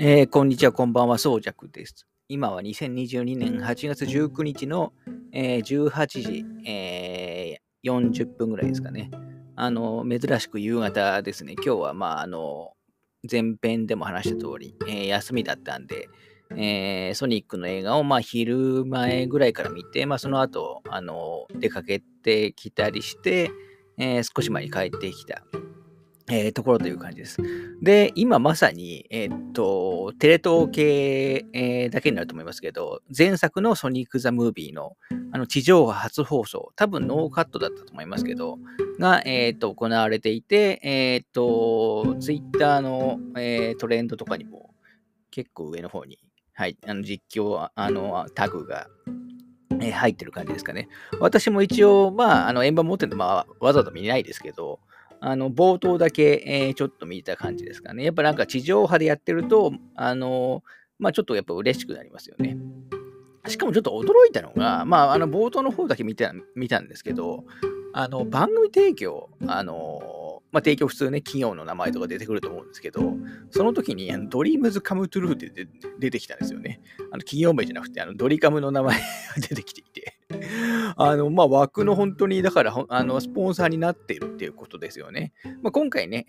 こんにちは、こんばんは、そうじゃくです。今は2022年8月19日の、18時、40分ぐらいですかね。珍しく夕方ですね。今日は、前編でも話した通り、休みだったんで、ソニックの映画を、昼前ぐらいから見て、その後、出かけてきたりして、少し前に帰ってきたところという感じです。で、今まさに、テレ東系、だけになると思いますけど、前作のソニック・ザ・ムービーの地上波初放送、多分ノーカットだったと思いますけど、が、行われていて、ツイッターの、トレンドとかにも結構上の方に、はい、実況、タグが入ってる感じですかね。私も一応、円盤持ってるんで、わざわざ見ないですけど、冒頭だけ、ちょっと見た感じですかね。やっぱなんか地上波でやってると、ちょっとやっぱ嬉しくなりますよね。しかもちょっと驚いたのが、冒頭の方だけ見たんですけど、番組提供、提供普通ね、企業の名前とか出てくると思うんですけど、その時に、ドリームズカムトゥルーって出てきたんですよね。企業名じゃなくて、ドリカムの名前が出てきていて、枠の本当に、だから、スポンサーになっているっていうことですよね。今回ね、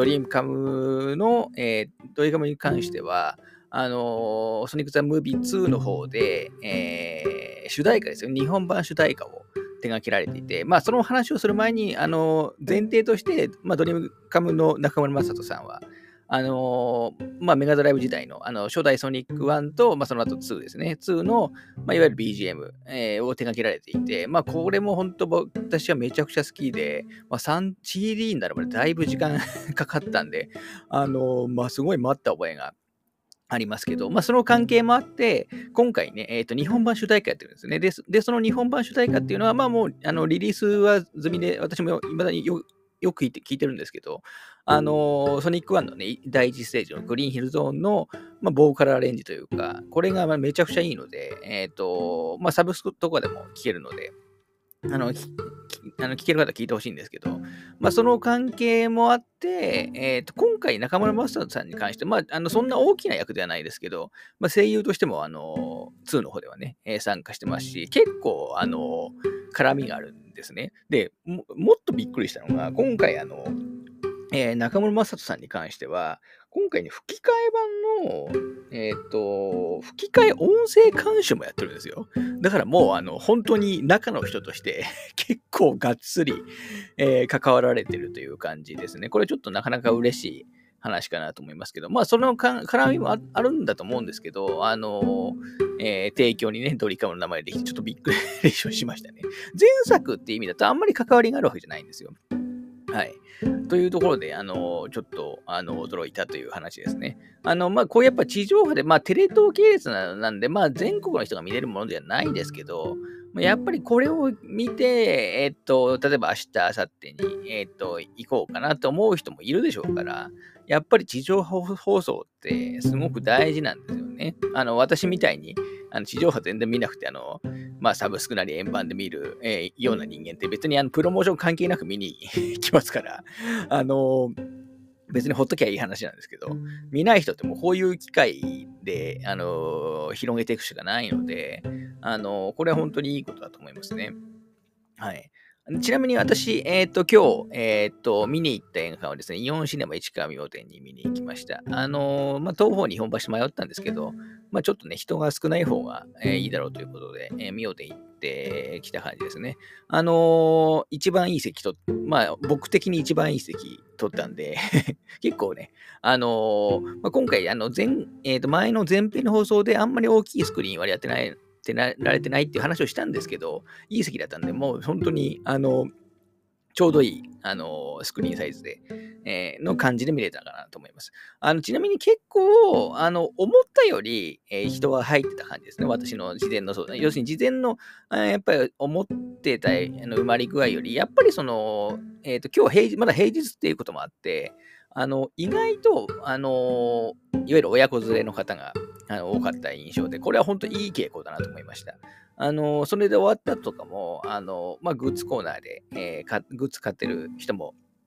ドリカムに関しては、ソニック・ザ・ムービー2の方で、主題歌ですよ。日本版主題歌を手掛けられていて、その話をする前に、前提として、ドリームカムの中村雅人さんは、メガドライブ時代の、初代ソニック1と、その後2ですね。2の、いわゆる BGM、を手掛けられていて、これも本当私はめちゃくちゃ好きで、3CD になるまでだいぶ時間かかったんで、すごい待った覚えがありますけど、その関係もあって、今回ね、日本版主題歌やってるんですね。で、その日本版主題歌っていうのは、もう、リリースは済みで、私も未だによく聞いてるんですけど、ソニックワンのね、第一ステージのグリーンヒルゾーンの、ボーカルアレンジというか、これがめちゃくちゃいいので、サブスクとかでも聴けるので、聞ける方は聞いてほしいんですけど、その関係もあって、今回、中村マスターさんに関して、そんな大きな役ではないですけど、声優としても、2の方ではね、参加してますし、結構、絡みがあるんですね。で、もっとびっくりしたのが、今回、中村雅人さんに関しては、今回ね、吹き替え版の、吹き替え音声監修もやってるんですよ。だからもう、本当に中の人として結構がっつり、関わられてるという感じですね。これちょっとなかなか嬉しい話かなと思いますけど、その絡みもあるんだと思うんですけど、提供にね、ドリカムの名前できて、ちょっとびっくりしましたね。前作って意味だとあんまり関わりがあるわけじゃないんですよ。はい。というところで、ちょっと、驚いたという話ですね。こうやっぱ地上波で、テレ東系列なんで、全国の人が見れるものではないですけど、やっぱりこれを見て、例えば明日、明後日に、行こうかなと思う人もいるでしょうから、やっぱり地上波放送ってすごく大事なんですよね。私みたいに、地上波全然見なくて、サブスクなり円盤で見る、ような人間って別にプロモーション関係なく見に来ますから、別にほっときゃいい話なんですけど、見ない人ってもうこういう機会で、広げていくしかないので、これは本当にいいことだと思いますね。はい。ちなみに私、今日、見に行った映画館はですね、イオンシネマ市川明店に見に行きました。東方日本橋迷ったんですけど、ちょっとね、人が少ない方が、いいだろうということで、明店行ってきた感じですね。一番いい席と、僕的に一番いい席取ったんで結構ね、今回、前の前編の放送であんまり大きいスクリーンはやってない、られてないっていう話をしたんですけど、いい席だったんで、もう本当に、ちょうどいい、スクリーンサイズで、の感じで見れたかなと思います。ちなみに結構、思ったより、人が入ってた感じですね。私の事前の相談。要するに事前の、やっぱり思ってた埋まり具合より、やっぱりその、今日はまだ平日っていうこともあって、意外と、いわゆる親子連れの方が多かった印象で、これは本当にいい傾向だなと思いました。それで終わったとかも、グッズコーナーで、グッズ買ってる人も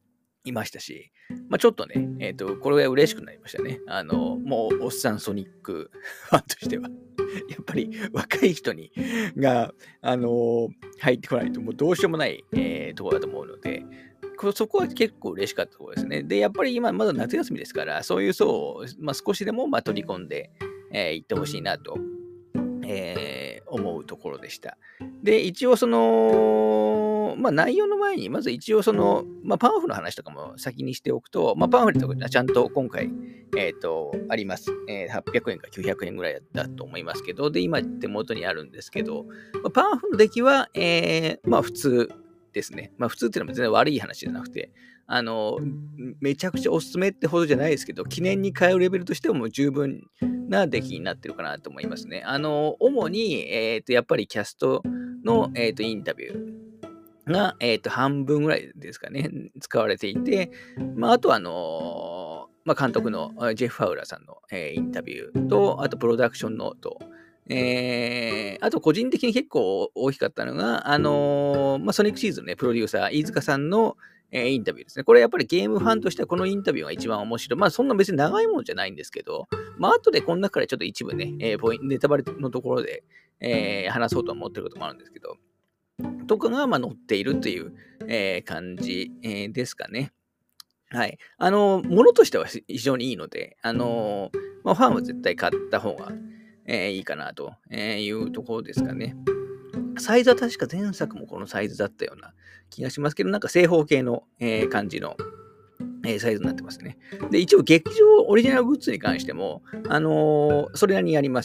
いましたし、ちょっとね、これが嬉しくなりましたね。もう、おっさんソニックファンとしては。やっぱり若い人が、入ってこないと、もうどうしようもない、ところだと思うので、そこは結構嬉しかったところですね。で、やっぱり今まだ夏休みですから、そういう層を、少しでも取り込んで、いってほしいなと、思うところでした。で、一応内容の前に、まず一応パンフの話とかも先にしておくと、パンフレットがちゃんと今回、あります。800円か900円ぐらいだと思いますけど、で、今手元にあるんですけど、パンフの出来は、普通ですね。普通っていうのも全然悪い話じゃなくて、めちゃくちゃおすすめってほどじゃないですけど、記念に買うレベルとしても十分な出来になってるかなと思いますね。主に、やっぱりキャストの、インタビューが、半分ぐらいですかね、使われていて、あとは監督のジェフ・ファウラーさんの、インタビューと、あとプロダクションノート、あと個人的に結構大きかったのが、ソニックシーズンのね、プロデューサー、飯塚さんの、インタビューですね。これやっぱりゲームファンとしてはこのインタビューが一番面白い。そんな別に長いものじゃないんですけど、後でこの中からちょっと一部ね、ネタバレのところで、話そうと思ってることもあるんですけど、とかが載っているという、感じ、ですかね。はい。ものとしては非常にいいので、ファンは絶対買った方が、いいかなというところですかね。サイズは確か前作もこのサイズだったような気がしますけど、なんか正方形の、感じの、サイズになってますね。で、一応劇場オリジナルグッズに関しても、それなりにあります。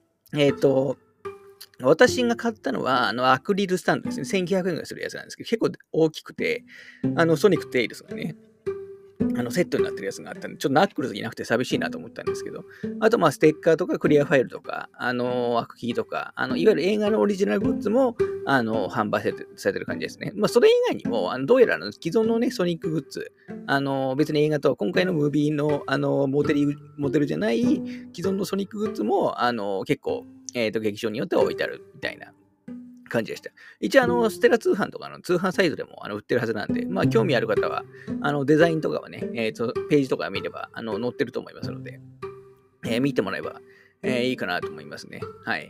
私が買ったのは、アクリルスタンドですね。1900円ぐらいするやつなんですけど、結構大きくて、ソニックテイルズがね、セットになってるやつがあったんで、ちょっとナックルズいなくて寂しいなと思ったんですけど、あと、ステッカーとかクリアファイルとか、アクキーとか、いわゆる映画のオリジナルグッズも、販売されてる感じですね。それ以外にも、どうやら既存のね、ソニックグッズ、別に映画と、今回のムービーの、モデルじゃない既存のソニックグッズも、結構、劇場によっては置いてあるみたいな感じでした。一応、ステラ通販とかの通販サイトでも売ってるはずなんで、興味ある方は、デザインとかはね、ページとか見れば、載ってると思いますので、見てもらえば、いいかなと思いますね。はい。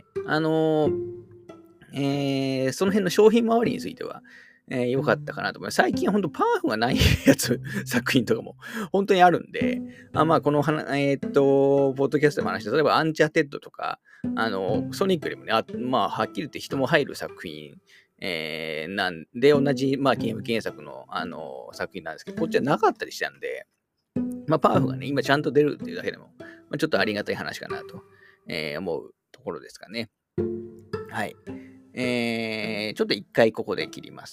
その辺の商品周りについては、良かったかなと思います。最近は本当パンフがないやつ、作品とかも本当にあるんで、このポッドキャストでも話した、例えばアンチャーテッドとか、ソニックでもね、はっきり言って人も入る作品、なんで、同じ、ゲーム原作の、作品なんですけど、こっちはなかったりしたんで、パンフがね、今ちゃんと出るっていうだけでも、ちょっとありがたい話かなと、思うところですかね。はい。ちょっと一回ここで切ります。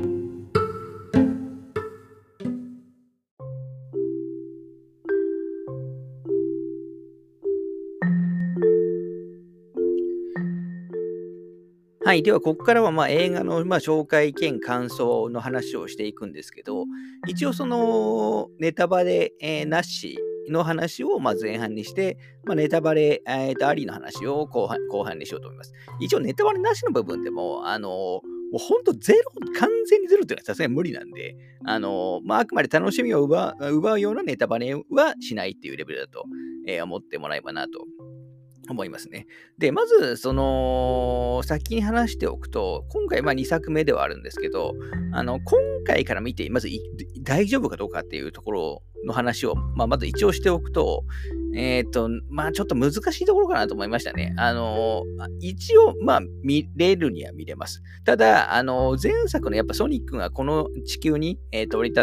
はい。では、ここからは映画の紹介兼感想の話をしていくんですけど、一応ネタバレ、なしの話を前半にして、ネタバレ、ありの話を後半にしようと思います。一応ネタバレなしの部分でも、もう本当完全にゼロっていうのはさすがに無理なんで、あくまで楽しみを奪うようなネタバレはしないっていうレベルだと、思ってもらえばなと思いますね。で、まず、先に話しておくと、今回、2作目ではあるんですけど、今回から見て、まず大丈夫かどうかっていうところの話を、まず一応しておくと、ちょっと難しいところかなと思いましたね。一応、見れるには見れます。ただ、前作のやっぱソニックがこの地球に、降り立って、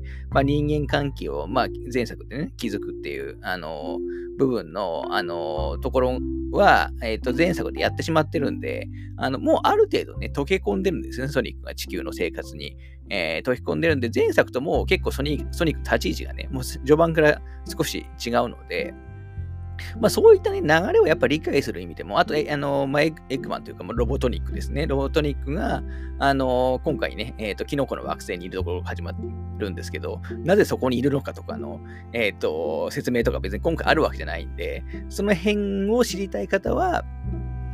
人間関係を、前作でね、築くっていう、部分の、ところは、前作でやってしまってるんで、もうある程度ね、溶け込んでるんですね、ソニックが地球の生活に。溶け込んでるんで、前作とも結構ソニック立ち位置がね、もう序盤から少し違うので、そういったね、流れをやっぱり理解する意味でも、あと、エッグマンというか、ロボトニックですね。ロボトニックが、今回ね、キノコの惑星にいるところが始まるんですけど、なぜそこにいるのかとかの、説明とか別に今回あるわけじゃないんで、その辺を知りたい方は、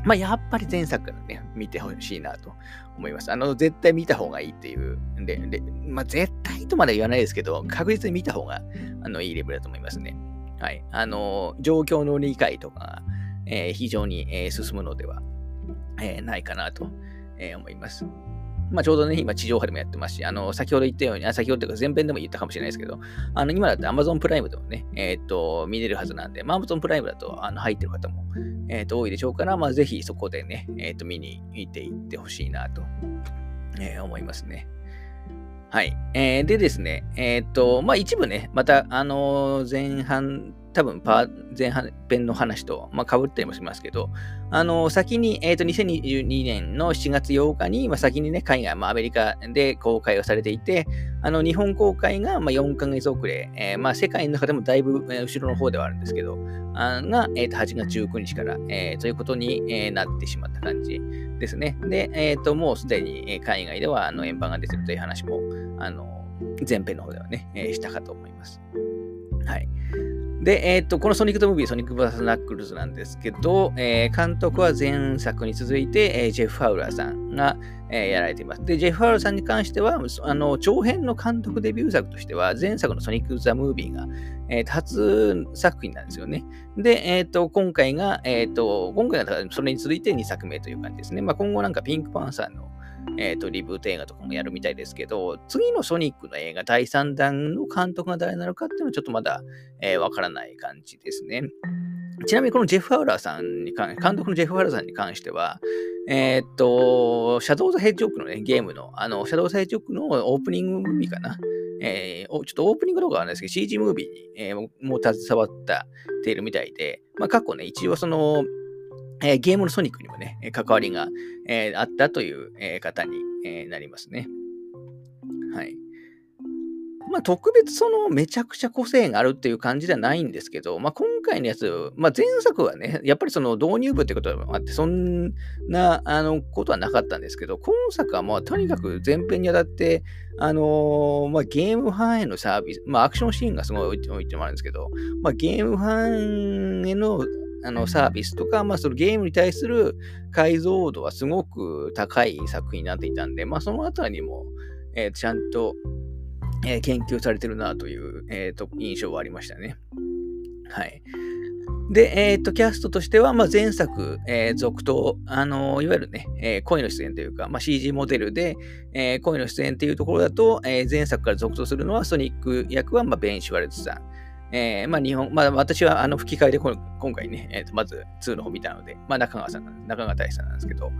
まあ、やっぱり前作からね、見てほしいなと思います。絶対見た方がいいっていう。まあ、絶対とまでは言わないですけど、確実に見た方が、いいレベルだと思いますね。はい。状況の理解とか、非常に、進むのでは、ないかなと、思います。まあ、ちょうどね、今、地上波でもやってますし、先ほど言ったように、先ほどというか前編でも言ったかもしれないですけど、今だって Amazon プライムでもね、見れるはずなんで、まあ、Amazon プライムだと、入ってる方も、多いでしょうから、まあ、ぜひそこでね、見に行っていってほしいなと、思いますね。はい。でですね、まあ、一部ね、また、前半、多分前半編の話と、まあ、被ったりもしますけど、先に、2022年の7月8日に、まあ、先にね、海外、まあ、アメリカで公開をされていて、日本公開が、まあ、4ヶ月遅れ、まあ、世界の中でもだいぶ、後ろの方ではあるんですけど、8月19日から、ということに、なってしまった感じですね。で、もうすでに海外では円盤が出てるという話も、前編の方ではね、したかと思います。はい。で、このソニック・ザ・ムービー、ソニック・バーサス・ナックルズなんですけど、監督は前作に続いて、ジェフ・ファウラーさんが、やられています。で、ジェフ・ファウラーさんに関しては、長編の監督デビュー作としては、前作のソニック・ザ・ムービーが、初作品なんですよね。で、今回がそれに続いて2作目という感じですね。まあ、今後なんかピンク・パンサーのリブート映画とかもやるみたいですけど、次のソニックの映画第3弾の監督が誰なのかっていうのはちょっとまだわからない感じですね。ちなみにこのジェフ・ファウラーさんに監督のジェフ・ファウラーさんに関しては、シャドウ・ザ・ヘッジホックのね、ゲームの、シャドウ・ザ・ヘッジホックのオープニングムービーかな。ちょっとオープニングとかはないですけど、CG ムービーに、もう携わっているみたいで、まあ、過去ね、一応その、ゲームのソニックにもね、関わりが、あったという、方に、なりますね。はい。まあ、特別めちゃくちゃ個性があるっていう感じではないんですけど、まあ、今回のやつ、まあ、前作はね、やっぱり導入部ってこともあって、そんな、ことはなかったんですけど、今作はもうとにかく前編にあたって、まあ、ゲームファンへのサービス、まあ、アクションシーンがすごい置いてもあるんですけど、まあ、ゲームファンへのサービスとか、まあ、そのゲームに対する解像度はすごく高い作品になっていたんで、まあ、そのあたりにも、ちゃんと、研究されてるなという、印象はありましたね。はい。で、キャストとしては、まあ、前作、続投、いわゆるね、声の出演というか、まあ、CG モデルで、声の出演というところだと、前作から続投するのは、ソニック役は、まあ、ベン・シュワルツさん。まあ、私は吹き替えで今回ね、まず2の方見たので、まあ、中川大志さんなんですけど、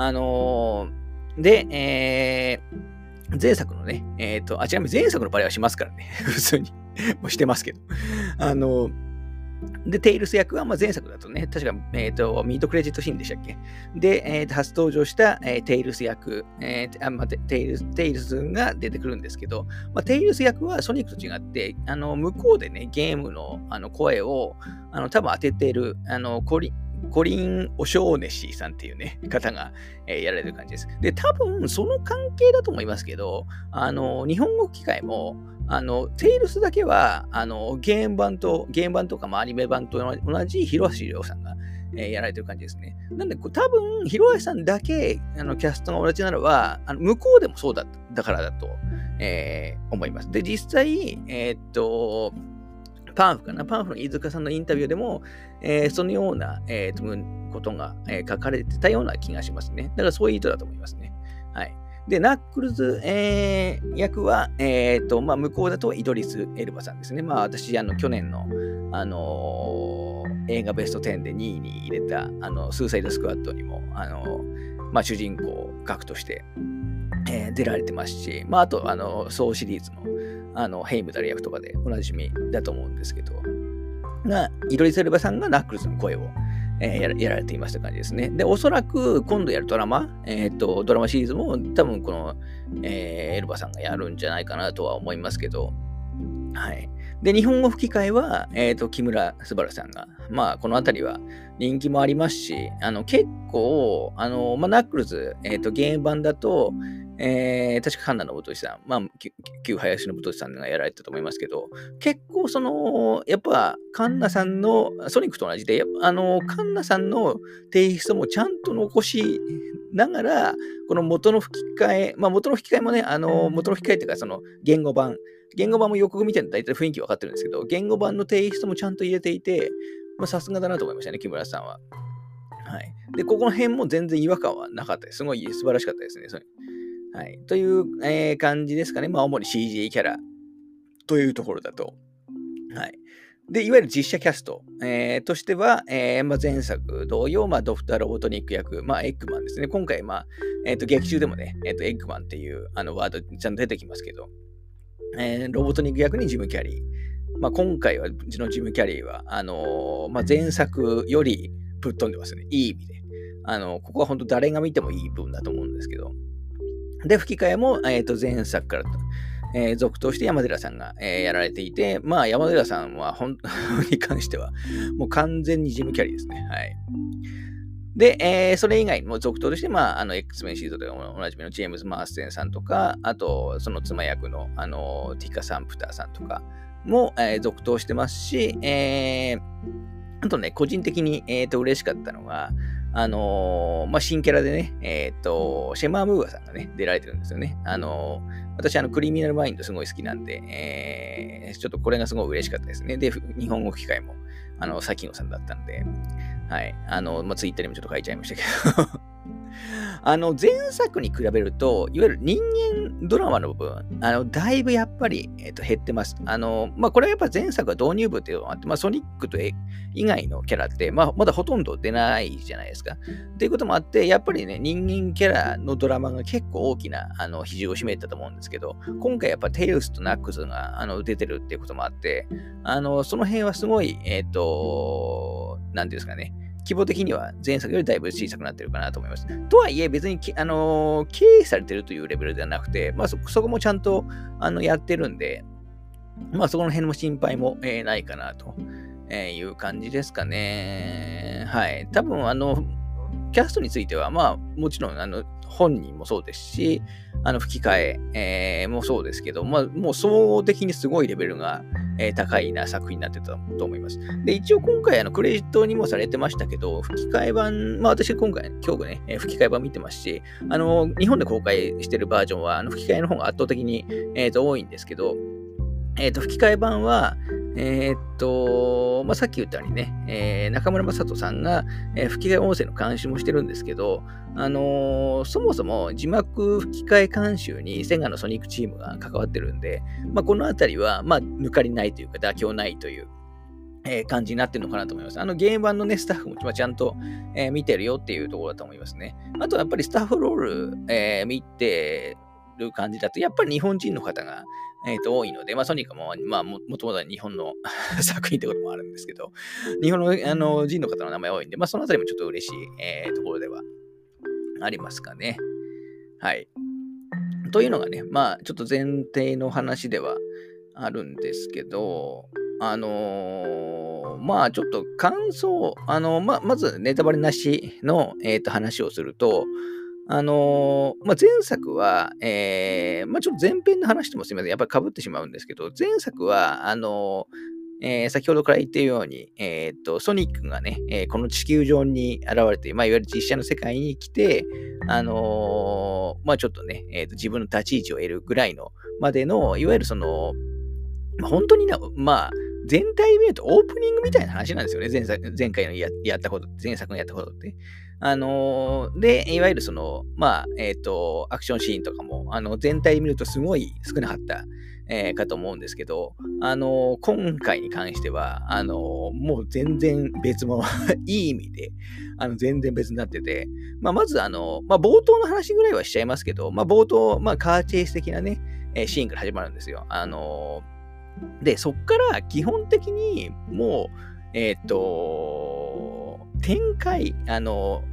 で、前作のね、ちなみに前作のバレはしますからね。普通に。もうしてますけど。で、テイルス役は、まあ、前作だとね、確か、ミートクレジットシーンでしたっけで、初登場した、テイルス役、テイルスが出てくるんですけど、まあ、テイルス役はソニックと違って、向こうでね、ゲームの声を多分当てている、コリン・オショーネシーさんっていうね、方が、やられる感じです。で、多分その関係だと思いますけど、日本語機械も、テイルスだけは、ゲーム版とか、まあ、アニメ版と同じ広橋亮さんが、やられてる感じですね。なんで、多分、広橋さんだけ、キャストが同じなのは、向こうでもそうだからだと、思います。で、実際、パンフの飯塚さんのインタビューでも、そのような、ことが、書かれてたような気がしますね。だからそういう意図だと思いますね。はい。で、ナックルズ、役は、まあ、向こうだとイドリス・エルバさんですね。まあ、私、去年の、映画ベスト10で2位に入れた、スーサイド・スクワットにも、まあ、主人公格として、出られてますし、まあ、あと、ソーシリーズの、ヘイムダル役とかでおなじみだと思うんですけど、イドリス・エルバさんがナックルズの声を、やられていました感じですね。で、おそらく今度やるドラマシリーズも多分この、エルバさんがやるんじゃないかなとは思いますけど、はい。で、日本語吹き替えは、木村昴さんが、まあ、このあたりは人気もありますし、結構、まあ、ナックルズ、ゲーム版だと、 確か神田信俊さん、まあ、旧林信俊さんがやられてたと思いますけど、結構やっぱ、神田さんの、ソニックと同じで、神田さんのテイストもちゃんと残しながら、この元の吹き替え、まあ、元の吹き替えもね、元の吹き替えっていうか、言語版も予告見てると大体雰囲気分かってるんですけど、言語版のテイストもちゃんと入れていて、まあ、さすがだなと思いましたね、木村さんは。はい。で、ここの辺も全然違和感はなかったです。すごい素晴らしかったですね。はい。という、感じですかね。まあ、主に CG キャラというところだと。はい。で、いわゆる実写キャスト、としては、まあ、前作同様、まあ、ドクター・ロボトニック役、まあ、エッグマンですね。今回、まあ、劇中でもね、エッグマンっていうワードちゃんと出てきますけど、ロボトニック役にジム・キャリー。まあ、今回は、うちのジム・キャリーは、まあ、前作よりぶっ飛んでますね。いい意味で。ここは本当誰が見てもいい部分だと思うんですけど。で、吹き替えも、前作から、続投して山寺さんが、やられていて、まあ、山寺さんはに関しては、もう完全にジム・キャリーですね。はい。で、それ以外にも続投として、まあ、X メンシーズでおなじみのジェームズ・マーステンさんとか、あと、その妻役の、ティカ・サンプターさんとかも、続投してますし、あとね、個人的に、嬉しかったのが、まあ、新キャラでね、シェマー・ムーアさんがね、出られてるんですよね。私、クリミナルマインドすごい好きなんで、ちょっとこれがすごい嬉しかったですね。で、日本語吹き替えも、崎野さんだったんで、はい。まあ、ツイッターにもちょっと書いちゃいましたけど前作に比べると、いわゆる人間ドラマの部分、だいぶやっぱり、減ってます。まあ、これはやっぱ前作は導入部っていうのがあって、まあ、ソニックと以外のキャラって、まあ、まだほとんど出ないじゃないですか。っていうこともあって、やっぱりね、人間キャラのドラマが結構大きな、比重を占めてたと思うんですけど、今回やっぱテイルスとナックスが、出てるっていうこともあって、その辺はすごい、なんていうんですかね、規模的には前作よりだいぶ小さくなってるかなと思います。とはいえ、別に経営されてるというレベルではなくて、まあ、そこもちゃんとやってるんで、まあ、そこの辺も心配も、ないかなという感じですかね。はい。多分、キャストについては、まあ、もちろん、本人もそうですし、吹き替えもそうですけど、まあ、もう総合的にすごいレベルが、高いな作品になってたと思います。で、一応今回、クレジットにもされてましたけど、吹き替え版、まあ、私今日ね、吹き替え版見てますし、日本で公開してるバージョンは、吹き替えの方が圧倒的に、多いんですけど、吹き替え版は、まあ、さっき言ったようにね、中村雅人さんが、吹き替え音声の監修もしてるんですけど、そもそも字幕吹き替え監修にセガのソニックチームが関わってるんで、まあ、このあたりは、まあ、抜かりないというか、妥協ないという、感じになってるのかなと思います。ゲーム版のね、スタッフもちゃんと、見てるよっていうところだと思いますね。あとはやっぱりスタッフロール、見てる感じだと、やっぱり日本人の方が、多いので、まあ、ソニックも、まあ、もともとは日本の作品ってこともあるんですけど、日本の、人の方の名前多いんで、まあ、そのあたりもちょっと嬉しい、ところではありますかね。はい。というのがね、まあ、ちょっと前提の話ではあるんですけど、まあ、ちょっと感想、まずネタバレなしの、話をすると、まあ、前作は、まあ、ちょっと前編の話ともすみません。やっぱり被ってしまうんですけど、前作は、先ほどから言っているように、ソニックがね、この地球上に現れて、まあ、いわゆる実写の世界に来て、まあ、ちょっとね、自分の立ち位置を得るぐらいのまでの、いわゆるまあ、本当にね、まあ、全体見るとオープニングみたいな話なんですよね。前回のやったこと、前作のやったことって。で、いわゆるまあ、アクションシーンとかも、全体で見るとすごい少なかった、かと思うんですけど、今回に関しては、もう全然別物、いい意味で、全然別になってて、まあ、まず、まあ、冒頭の話ぐらいはしちゃいますけど、まあ、冒頭、まあ、カーチェイス的なね、シーンから始まるんですよ。で、そっから基本的にもう、展開、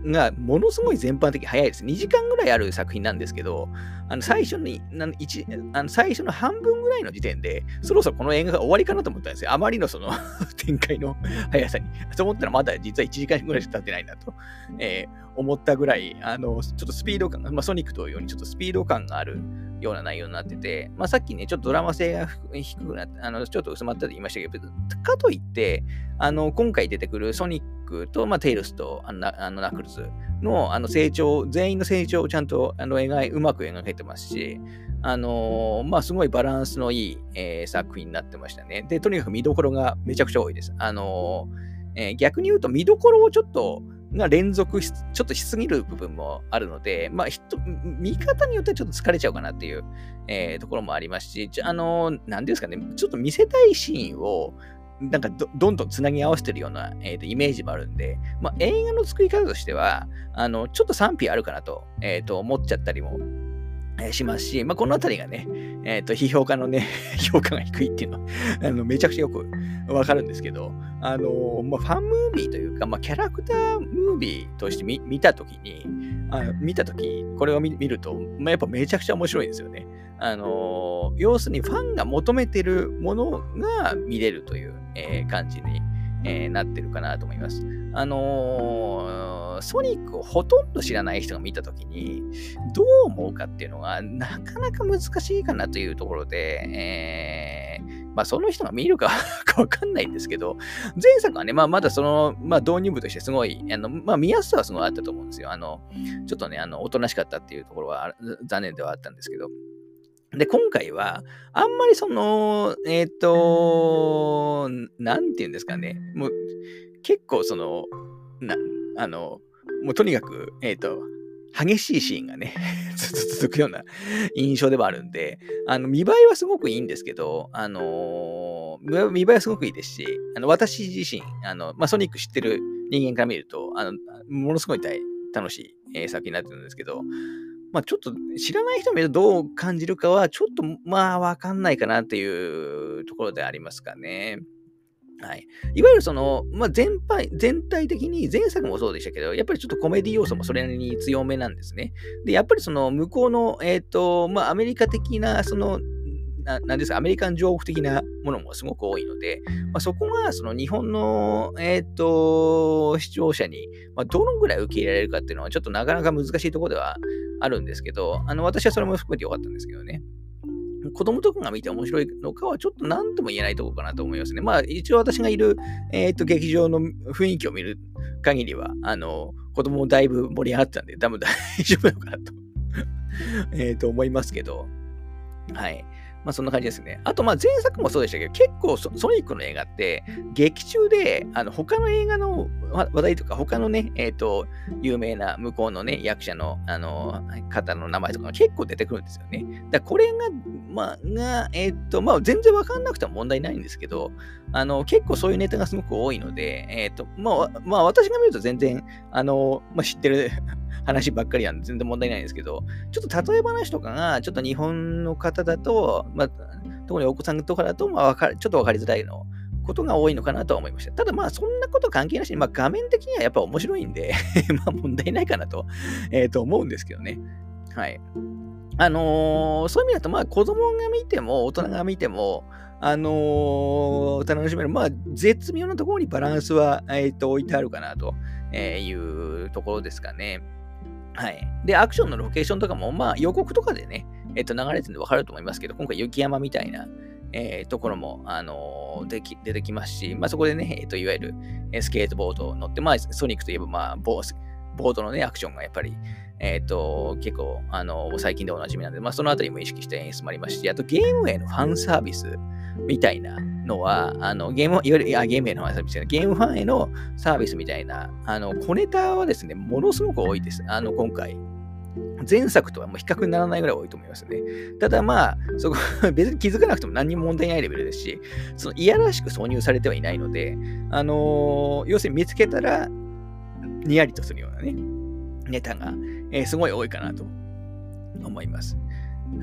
がものすごい全般的に早いです。2時間ぐらいある作品なんですけど、最初最初の半分ぐらいの時点で、そろそろこの映画が終わりかなと思ったんですよ。あまりのその展開の速さに。そう思ったらまだ実は1時間ぐらいしか経ってないなと、思ったぐらい、ちょっとスピード感が、ソニック同様にちょっとスピード感があるような内容になってて、さっきね、ちょっとドラマ性が低くなって、ちょっと薄まったと言いましたけど、かといって、今回出てくるソニックと、テイルスとナクルズの成長、全員の成長をちゃんとうまく描けてますし、すごいバランスのいい、作品になってましたね。で、とにかく見どころがめちゃくちゃ多いです。逆に言うと見どころをちょっと連続ちょっとしすぎる部分もあるので、見方によってはちょっと疲れちゃうかなっていう、ところもありますし、なんですかね、ちょっと見せたいシーンを、なんかどんどんつなぎ合わせてるような、イメージもあるんで、映画の作り方としては、ちょっと賛否あるかなと、思っちゃったりもしますし、このあたりがね、批評家のね、評価が低いっていうのは、めちゃくちゃよくわかるんですけど、ファンムービーというか、キャラクタームービーとして見たとき、これを見ると、やっぱめちゃくちゃ面白いんですよね。要するにファンが求めてるものが見れるという、感じに、なってるかなと思います。ソニックをほとんど知らない人が見たときに、どう思うかっていうのが、なかなか難しいかなというところで、その人が見るかわかんないんですけど、前作はね、まだその、導入部としてすごい、見やすさはすごいあったと思うんですよ。ちょっとね、おとなしかったっていうところは残念ではあったんですけど。で、今回は、あんまりその、なんていうんですかね、もう、結構その、もうとにかく、激しいシーンがね、ずっと続くような印象ではあるんで、見栄えはすごくいいんですけど、見栄えはすごくいいですし、私自身、ソニック知ってる人間から見ると、ものすごい楽しい、作品になってるんですけど、ちょっと知らない人見るとどう感じるかは、ちょっとわかんないかなっていうところでありますかね。はい。いわゆるその、全体的に前作もそうでしたけど、やっぱりちょっとコメディ要素もそれなりに強めなんですね。で、やっぱりその向こうの、アメリカ的な、その、なんですか、アメリカンジョーク的なものもすごく多いので、そこがその日本の、視聴者に、どのぐらい受け入れられるかっていうのはちょっとなかなか難しいところではあるんですけど、私はそれも含めてよかったんですけどね。子供とかが見て面白いのかはちょっと何とも言えないところかなと思いますね。一応私がいる、劇場の雰囲気を見る限りは、子供もだいぶ盛り上がってたんで、多分大丈夫なのかなと思いますけど、はい。そんな感じですね。あと、前作もそうでしたけど、結構ソニックの映画って、劇中で、他の映画の話題とか、他のね、有名な向こうのね、役者の、方の名前とかが結構出てくるんですよね。これが、全然わかんなくても問題ないんですけど、結構そういうネタがすごく多いので、私が見ると全然、知ってる話ばっかりなんで全然問題ないんですけど、ちょっと例え話とかが、ちょっと日本の方だと、特にお子さんとかだと、ちょっとわかりづらいのことが多いのかなとは思いました。ただそんなこと関係なしに、画面的にはやっぱ面白いんで問題ないかなと、思うんですけどね。はい。そういう意味だと、子供が見ても、大人が見ても、楽しめる、絶妙なところにバランスは、置いてあるかなというところですかね。はい。で、アクションのロケーションとかも、予告とかでね、流れてるんでわかると思いますけど、今回雪山みたいな、ところも、出てきますし、そこでね、いわゆるスケートボードを乗って、ソニックといえば、ボードのね、アクションがやっぱり、結構、最近でおなじみなんで、そのあたりも意識した演出もありますし、あとゲームへのファンサービスみたいなのは、ゲームへのファンサービスじゃない、ゲームファンへのサービスみたいな、小ネタはですね、ものすごく多いです。今回。前作とはもう比較にならないぐらい多いと思いますね。ただそこ、別に気づかなくても何にも問題ないレベルですし、そのいやらしく挿入されてはいないので、要するに見つけたら、にやりとするようなね、ネタが、すごい多いかなと思います。はい。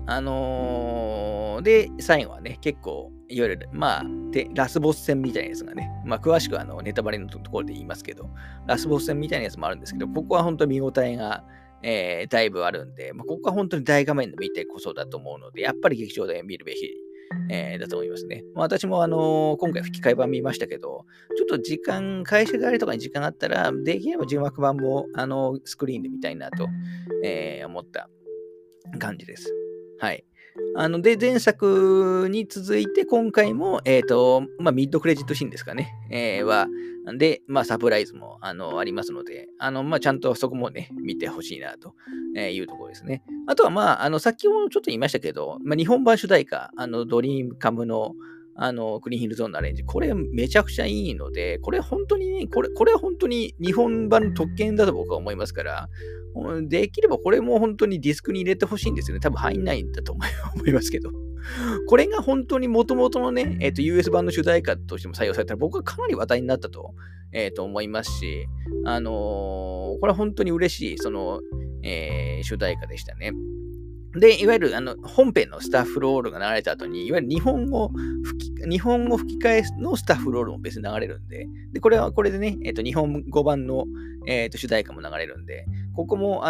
で、最後はね、結構、いわゆる、で、ラスボス戦みたいなやつがね、詳しくはネタバレのところで言いますけど、ラスボス戦みたいなやつもあるんですけど、ここは本当に見応えが、だいぶあるんで、ここは本当に大画面で見てこそだと思うので、やっぱり劇場で見るべき、だと思いますね。私も今回吹き替え版見ましたけど、ちょっと会社帰りとかに時間あったら、できれば字幕版もスクリーンで見たいなと、思った感じです。はい。で、前作に続いて、今回も、ミッドクレジットシーンですかね、で、サプライズも、ありますので、ちゃんとそこもね、見てほしいな、というところですね。あとは、さっきもちょっと言いましたけど、日本版主題歌、ドリームカムの、クリーンヒルゾーンのアレンジ、これめちゃくちゃいいので、これ本当にね、これは本当に日本版の特権だと僕は思いますから、できればこれも本当にディスクに入れてほしいんですよね。多分入んないんだと思いますけど。これが本当に元々のね、US 版の主題歌としても採用されたら僕はかなり話題になったと、思いますし、これは本当に嬉しい、主題歌でしたね。で、いわゆる本編のスタッフロールが流れた後に、いわゆる日本語吹き替えのスタッフロールも別に流れるんで、で、これでね、日本語版の、主題歌も流れるんで、ここも、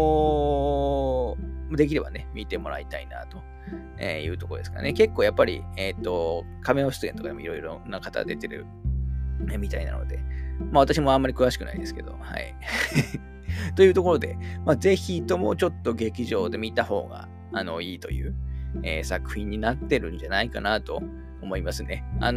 できればね、見てもらいたいなと。いうところですかね。結構やっぱり、カメオ出演とかでもいろいろな方出てるみたいなので、私もあんまり詳しくないですけど、はい。というところで、ぜひともちょっと劇場で見た方がいいという、作品になってるんじゃないかなと思いますね。3、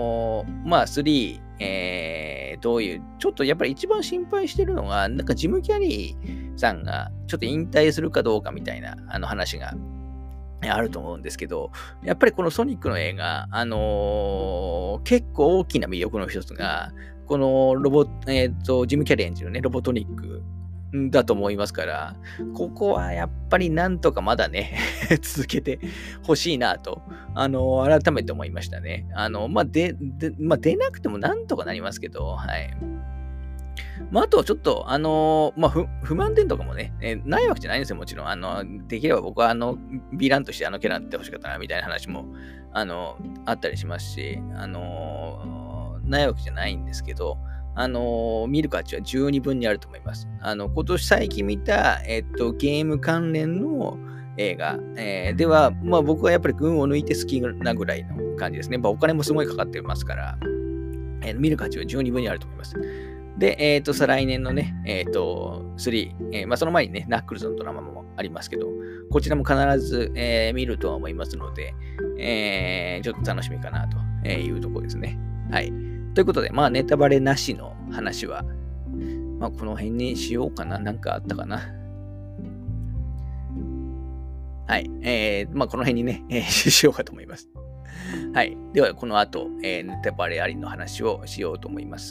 どういう、ちょっとやっぱり一番心配してるのが、なんかジム・キャリーさんがちょっと引退するかどうかみたいな話があると思うんですけど、やっぱりこのソニックの映画、結構大きな魅力の一つが、このジム・キャリー演じるね、ロボトニックだと思いますから、ここはやっぱりなんとかまだね、続けてほしいなと、改めて思いましたね。出なくてもなんとかなりますけど、はい。あとちょっと、不満点とかもね、ないわけじゃないんですよ、もちろん。できれば僕はヴィランとしてキャラになってほしかったな、みたいな話も、あったりしますし、ないわけじゃないんですけど、見る価値は十二分にあると思います。今年最近見た、ゲーム関連の映画、では、僕はやっぱり群を抜いて好きなぐらいの感じですね。お金もすごいかかってますから、見る価値は十二分にあると思います。で、再来年のね、3、その前にね、ナックルズのドラマもありますけど、こちらも必ず、見るとは思いますので、ちょっと楽しみかなというところですね。はい。ということで、ネタバレなしの話は、この辺にしようかな。なんかあったかな。はい。この辺にね、しようかと思います。はい。では、この後、ネタバレありの話をしようと思います。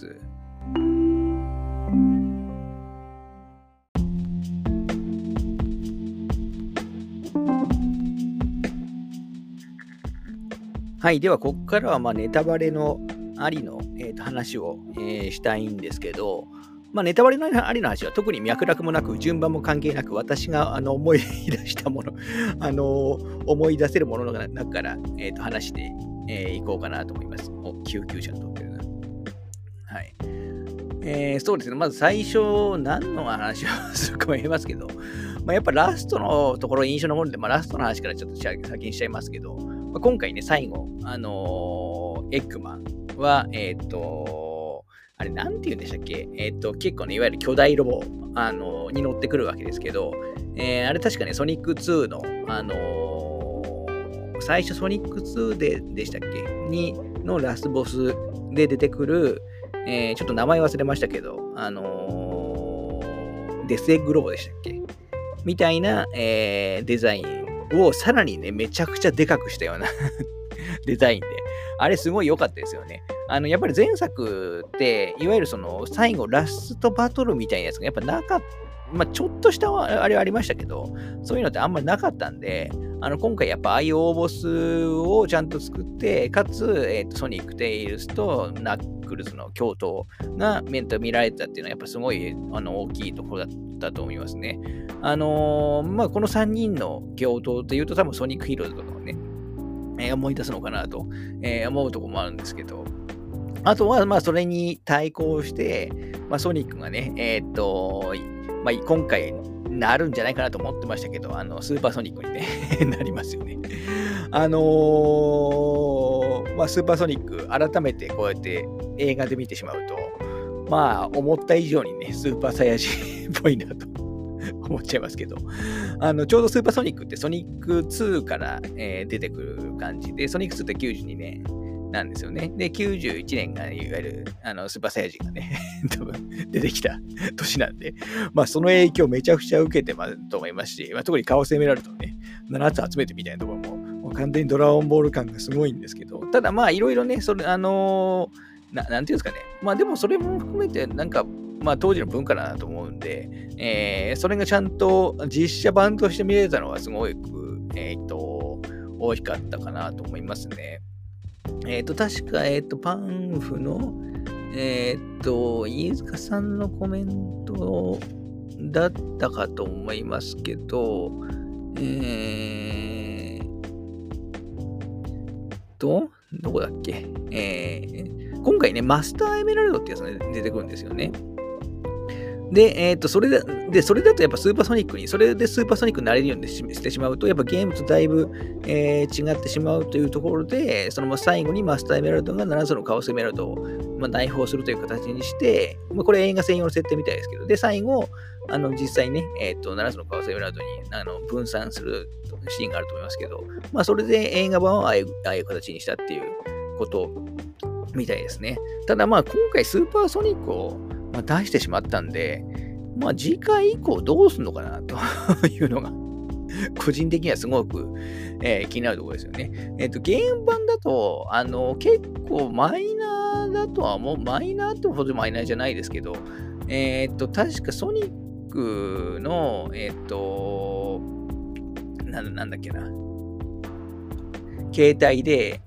はい。では、ここからはネタバレのありの、話を、したいんですけど、ネタバレのありの話は特に脈絡もなく、順番も関係なく、私が思い出したもの、思い出せるものの中から、話していこうかなと思います。救急車に撮ってるな。はい。そうですね。まず最初、何の話をするかも言えますけど、やっぱラストのところ印象のもので、ラストの話からちょっと先にしちゃいますけど、今回ね、最後、エッグマンは、あれ、なんて言うんでしたっけ？結構ね、いわゆる巨大ロボ、に乗ってくるわけですけど、あれ確かね、ソニック2の、最初ソニック2でしたっけのラスボスで出てくる、ちょっと名前忘れましたけど、デスエッグロボでしたっけみたいな、デザインをさらにね、めちゃくちゃでかくしたようなデザインで、あれすごい良かったですよね。やっぱり前作って、いわゆるその最後ラストバトルみたいなやつがやっぱなかった、ちょっとしたあれはありましたけど、そういうのってあんまりなかったんで、今回やっぱああいう大ボスをちゃんと作って、かつ、ソニック、テイルスとナックルズの共闘が見られたっていうのはやっぱすごい大きいところだったと思いますね。まあ、この3人の共闘というと多分ソニックヒーローズとかをね、思い出すのかなと、思うところもあるんですけど、あとは、まあ、それに対抗して、まあ、ソニックがね、まあ、今回なるんじゃないかなと思ってましたけど、スーパーソニックにね、なりますよね。まあ、スーパーソニック、改めてこうやって映画で見てしまうと、まあ、思った以上にね、スーパーサイヤ人っぽいなと思っちゃいますけど、ちょうどスーパーソニックってソニック2から、出てくる感じで、ソニック2って92年なんですよね。で、91年がいわゆるスーパーサイヤ人がね、多分出てきた年なんで、まあその影響めちゃくちゃ受けてますと思いますし、まあ、特にカオスエメラルドをね、7つ集めてみたいなところもう完全にドラゴンボール感がすごいんですけど、ただまあいろいろね、それなんていうんですかね、まあでもそれも含めてなんか、まあ当時の文化だなと思うんで、それがちゃんと実写版として見れたのはすごく、大きかったかなと思いますね。確か、パンフの、飯塚さんのコメントだったかと思いますけど、どこだっけ、今回ね、マスターエメラルドってやつが出てくるんですよね。で、それだとやっぱスーパーソニックに、それでスーパーソニックになれるようにしてしまうと、やっぱゲームとだいぶ、違ってしまうというところで、その最後にマスターエメラルドが7つのカオスエメラルドを、内包するという形にして、これ映画専用の設定みたいですけど、で、最後、実際ね、7つのカオスエメラルドに分散するシーンがあると思いますけど、まあ、それで映画版をああいう形にしたっていうことみたいですね。ただまあ、今回スーパーソニックを出してしまったんで、まあ次回以降どうすんのかなというのが、個人的にはすごく、気になるところですよね。ゲーム版だと、結構マイナーだとはマイナーってほどマイナーじゃないですけど、確かソニックの、なんだっけな、携帯で、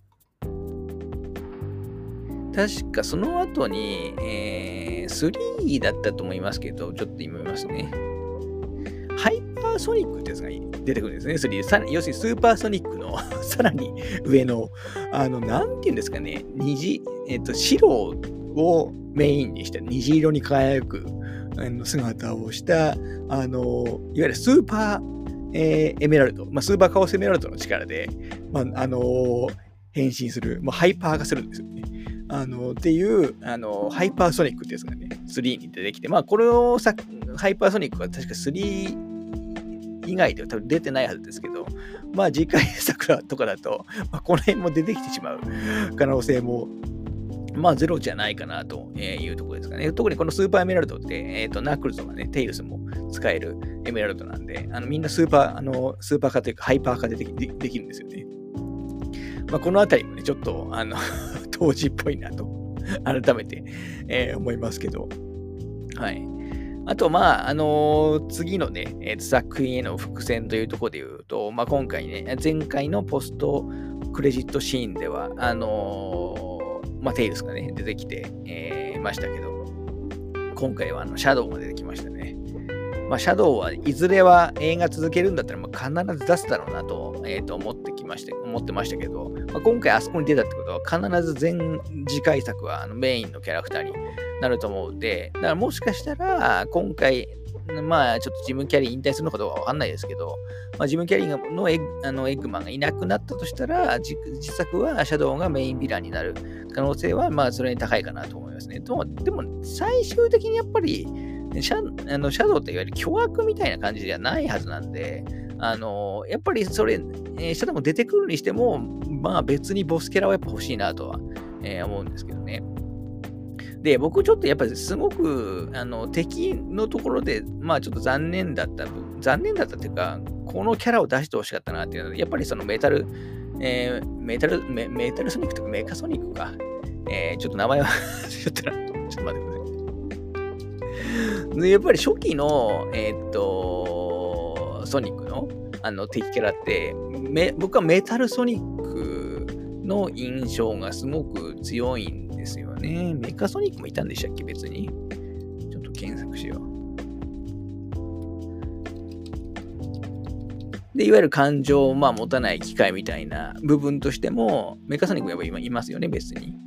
確かその後に、3だったと思いますけど、ちょっと今見ますね。ハイパーソニックってやつが出てくるんですね、3。要するにスーパーソニックのさらに上の、なんていうんですかね、白をメインにした虹色に輝く姿をした、いわゆるスーパー、エメラルド、スーパーカオスエメラルドの力で、変身する、ハイパー化するんですよね。っていう、ハイパーソニックってやつがね、3に出てきて、これをハイパーソニックは確か3以外では多分出てないはずですけど、次回作とかだと、この辺も出てきてしまう可能性も、ゼロじゃないかなというところですかね。特にこのスーパーエメラルドって、ナックルズとかね、テイルスも使えるエメラルドなんで、みんなスーパー化というかハイパー化できるんですよね。このあたりもね、ちょっと、当時っぽいなと、改めて、思いますけど。はい。あと、次のね、作品への伏線というところで言うと、今回ね、前回のポストクレジットシーンでは、テイルスがね、出てきて、ましたけど、今回はシャドウが出てきましたね。シャドウはいずれは映画続けるんだったら必ず出すだろうなと、思ってましたけど、今回あそこに出たってことは必ず次回作はメインのキャラクターになると思うんで、だからもしかしたら今回、ちょっとジム・キャリー引退するのかどうかわかんないですけど、ジム・キャリーのエッグマンがいなくなったとしたら、実作はシャドウがメインヴィランになる可能性はそれに高いかなと思いますね。でも最終的にやっぱりシャドウっていわゆる巨悪みたいな感じじゃないはずなんで、やっぱりそれ、シャドウも出てくるにしても、別にボスキャラはやっぱ欲しいなとは、思うんですけどね。で、僕ちょっとやっぱりすごく、敵のところで、ちょっと残念だったっていうか、このキャラを出してほしかったなっていうのは、やっぱりそのメタルソニックとかメカソニックか、ちょっと名前はちょっと待ってください。やっぱり初期の、ソニックの敵キャラって、僕はメタルソニックの印象がすごく強いんですよね。 ね。メカソニックもいたんでしたっけ、別に。ちょっと検索しよう。で、いわゆる感情を持たない機械みたいな部分としても、メカソニックもやっぱり今いますよね、別に。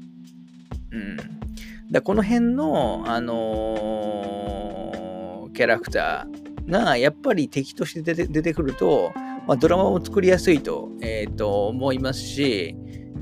この辺の、キャラクターがやっぱり敵として出てくると、ドラマも作りやすいと、思いますし、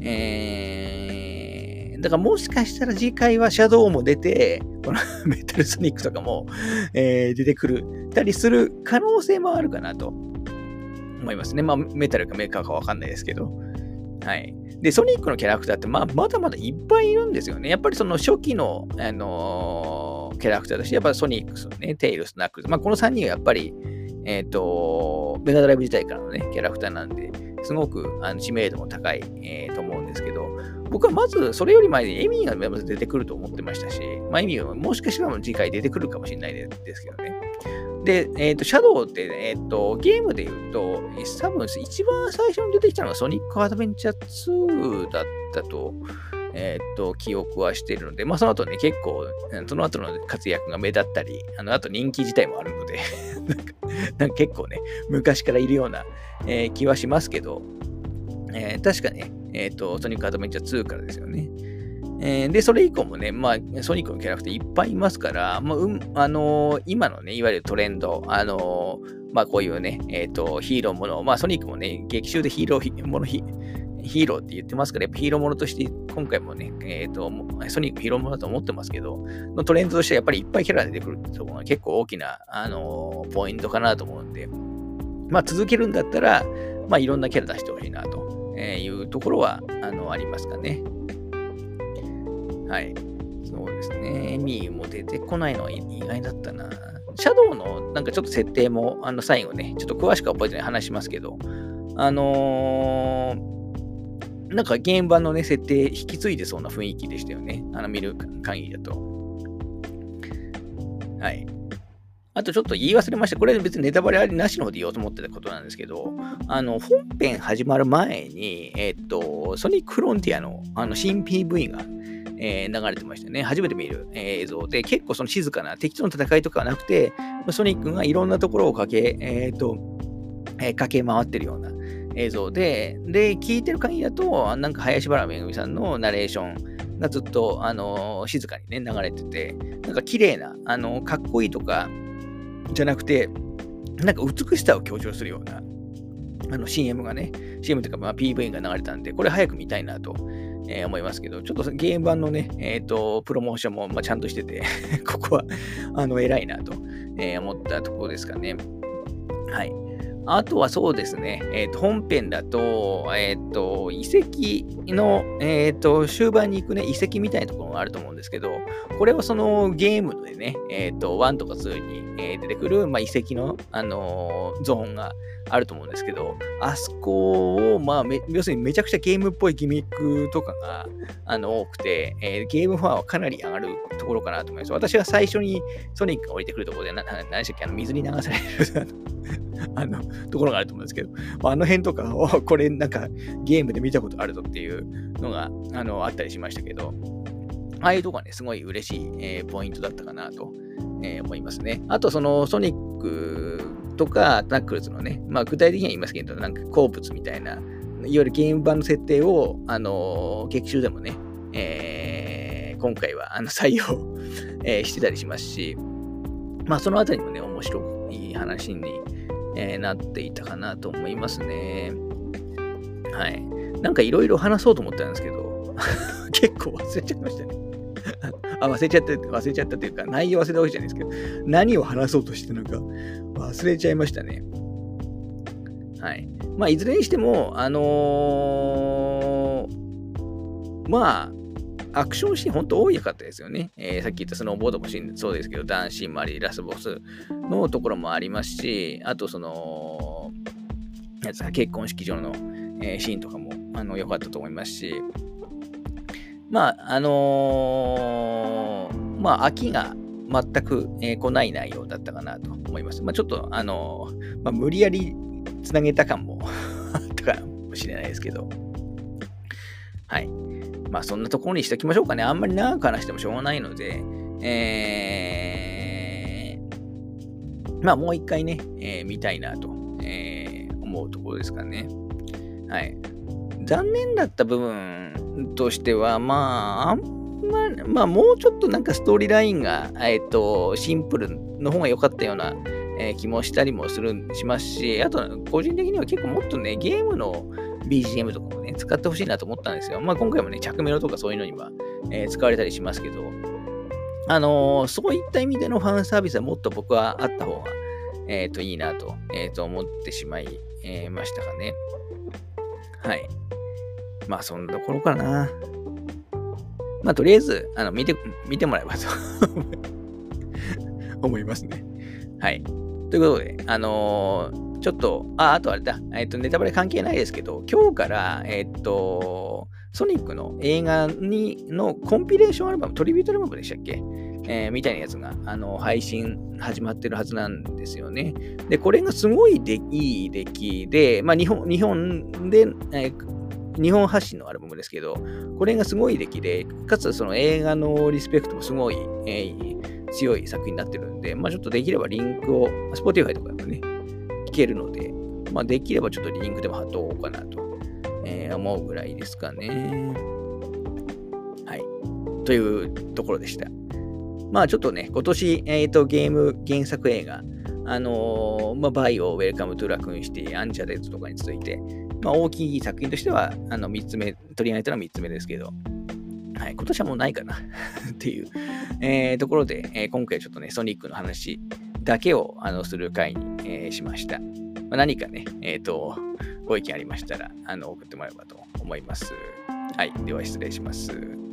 だからもしかしたら次回はシャドウも出て、このメタルソニックとかも、出てくるたりする可能性もあるかなと思いますね。メタルかメーカーかわかんないですけど。はい。で、ソニックのキャラクターって、まだまだいっぱいいるんですよね。やっぱりその初期の、キャラクターとして、やっぱりソニックス、ね、テイルス、ナックルズ。この3人はやっぱり、メガドライブ時代からのね、キャラクターなんで、すごく知名度も高い、と思うんですけど、僕はまずそれより前にエミーがまず出てくると思ってましたし、エミーはもしかしたら次回出てくるかもしれないですけどね。で、シャドウって、ゲームで言うと、多分一番最初に出てきたのがソニックアドベンチャー2だったと、記憶はしているので、その後ね、結構、その後の活躍が目立ったり、あと人気自体もあるので、なんか結構ね、昔からいるような、気はしますけど、確かね、ソニックアドベンチャー2からですよね。で、それ以降もね、ソニックのキャラクターいっぱいいますから、今のね、いわゆるトレンド、こういうね、ヒーローもの、ソニックもね、劇中でヒーローって言ってますから、やっぱヒーローものとして、今回もね、ソニックヒーローものだと思ってますけど、のトレンドとしてやっぱりいっぱいキャラが出てくるってところが結構大きな、ポイントかなと思うんで、続けるんだったら、いろんなキャラ出してほしいなというところは、ありますかね。はい。そうですね。エミーも出てこないのは意外だったな。シャドウのなんかちょっと設定も最後ね、ちょっと詳しくは覚えてない話しますけど、なんかゲーム版のね、設定引き継いでそうな雰囲気でしたよね。見る限りだと。はい。あとちょっと言い忘れました。これ別にネタバレありなしの方で言おうと思ってたことなんですけど、本編始まる前に、ソニックフロンティアの新 PV が、流れてましたね。初めて見る、映像で、結構その静かな敵との戦いとかはなくて、ソニックがいろんなところを駆け回ってるような映像で、聞いてる限りだと、なんか林原めぐみさんのナレーションがずっと、静かにね、流れてて、なんか綺麗な、かっこいいとかじゃなくて、なんか美しさを強調するような、CM がね、CM というか、PV が流れたんで、これ早く見たいなと。思いますけど、ちょっとゲーム版のね、プロモーションも、ちゃんとしてて、ここは、偉いなと、思ったところですかね。はい。あとはそうですね、本編だと、遺跡の、終盤に行くね、遺跡みたいなところがあると思うんですけど、これはそのゲームでね、1とか2に、出てくる、遺跡の、ゾーンがあると思うんですけど、あそこを、要するにめちゃくちゃゲームっぽいギミックとかが、多くて、ゲームファンはかなり上がるところかなと思います。私は最初にソニックが降りてくるところで、何でしたっけ、水に流されるところがあると思うんですけど、あの辺とかを、これなんかゲームで見たことあるぞっていうのが、あったりしましたけど、ああいうとこはね、すごい嬉しい、ポイントだったかなと、思いますね。あと、そのソニックとかナックルズのね、具体的には言いますけど、なんか鉱物みたいな、いわゆるゲーム版の設定を、劇中でもね、今回は採用、してたりしますし、そのあたりもね、面白い話に、なっていたかなと思いますね。はい。なんかいろいろ話そうと思ったんですけど、結構忘れちゃいましたね。忘れちゃったというか、内容忘れたわけじゃないですけど、何を話そうとしてたのか忘れちゃいましたね。はい。いずれにしても、アクションシーン本当多かったですよね。さっき言ったスノーボードもそうですけど、ダンシーンもあり、ラスボスのところもありますし、あとその、結婚式場の、シーンとかも良かったと思いますし、飽きが全く、来ない内容だったかなと思います。ちょっと、無理やりつなげた感もあったかもしれないですけど、はい。 まあそんなところにしておきましょうかね。あんまり長く話してもしょうがないので、まあもう一回ね、見たいなと、思うところですかね。はい。残念だった部分としては、まあもうちょっとなんかストーリーラインが、シンプルの方が良かったような、気もしたりもしますし、あと、個人的には結構もっとね、ゲームの BGM とかもね、使ってほしいなと思ったんですよ。まあ今回もね、着メロとかそういうのには、使われたりしますけど、そういった意味でのファンサービスはもっと僕はあった方が、いいなと、思ってしまい、ましたかね。はい。まあそんなところかな。まあとりあえず、見てもらえばと思いますね。はい。ということで、ちょっと、あとあれだ、ネタバレ関係ないですけど、今日から、ソニックの映画のコンピレーションアルバム、トリビュートアルバムでしたっけ、みたいなやつが、配信始まってるはずなんですよね。で、これがすごいいい出来で、まあ日本で、日本発信のアルバムですけど、これがすごい出来で、かつその映画のリスペクトもすごい、強い作品になってるんで、まあちょっとできればリンクを、Spotify とかでもね、聞けるので、まあできればちょっとリンクでも貼っとこうかなと、思うぐらいですかね。はい。というところでした。まあちょっとね、今年、ゲーム原作映画、バイオ、ウェルカムトゥラクーンシティ、アンチャーデッドとかに続いて、まあ大きい作品としては、3つ目、取り上げたのは3つ目ですけど、はい、今年はもうないかなっていう、ところで、今回ちょっとね、ソニックの話だけをする回に、しました。まあ、何かね、ご意見ありましたら、送ってもらえればと思います。はい、では失礼します。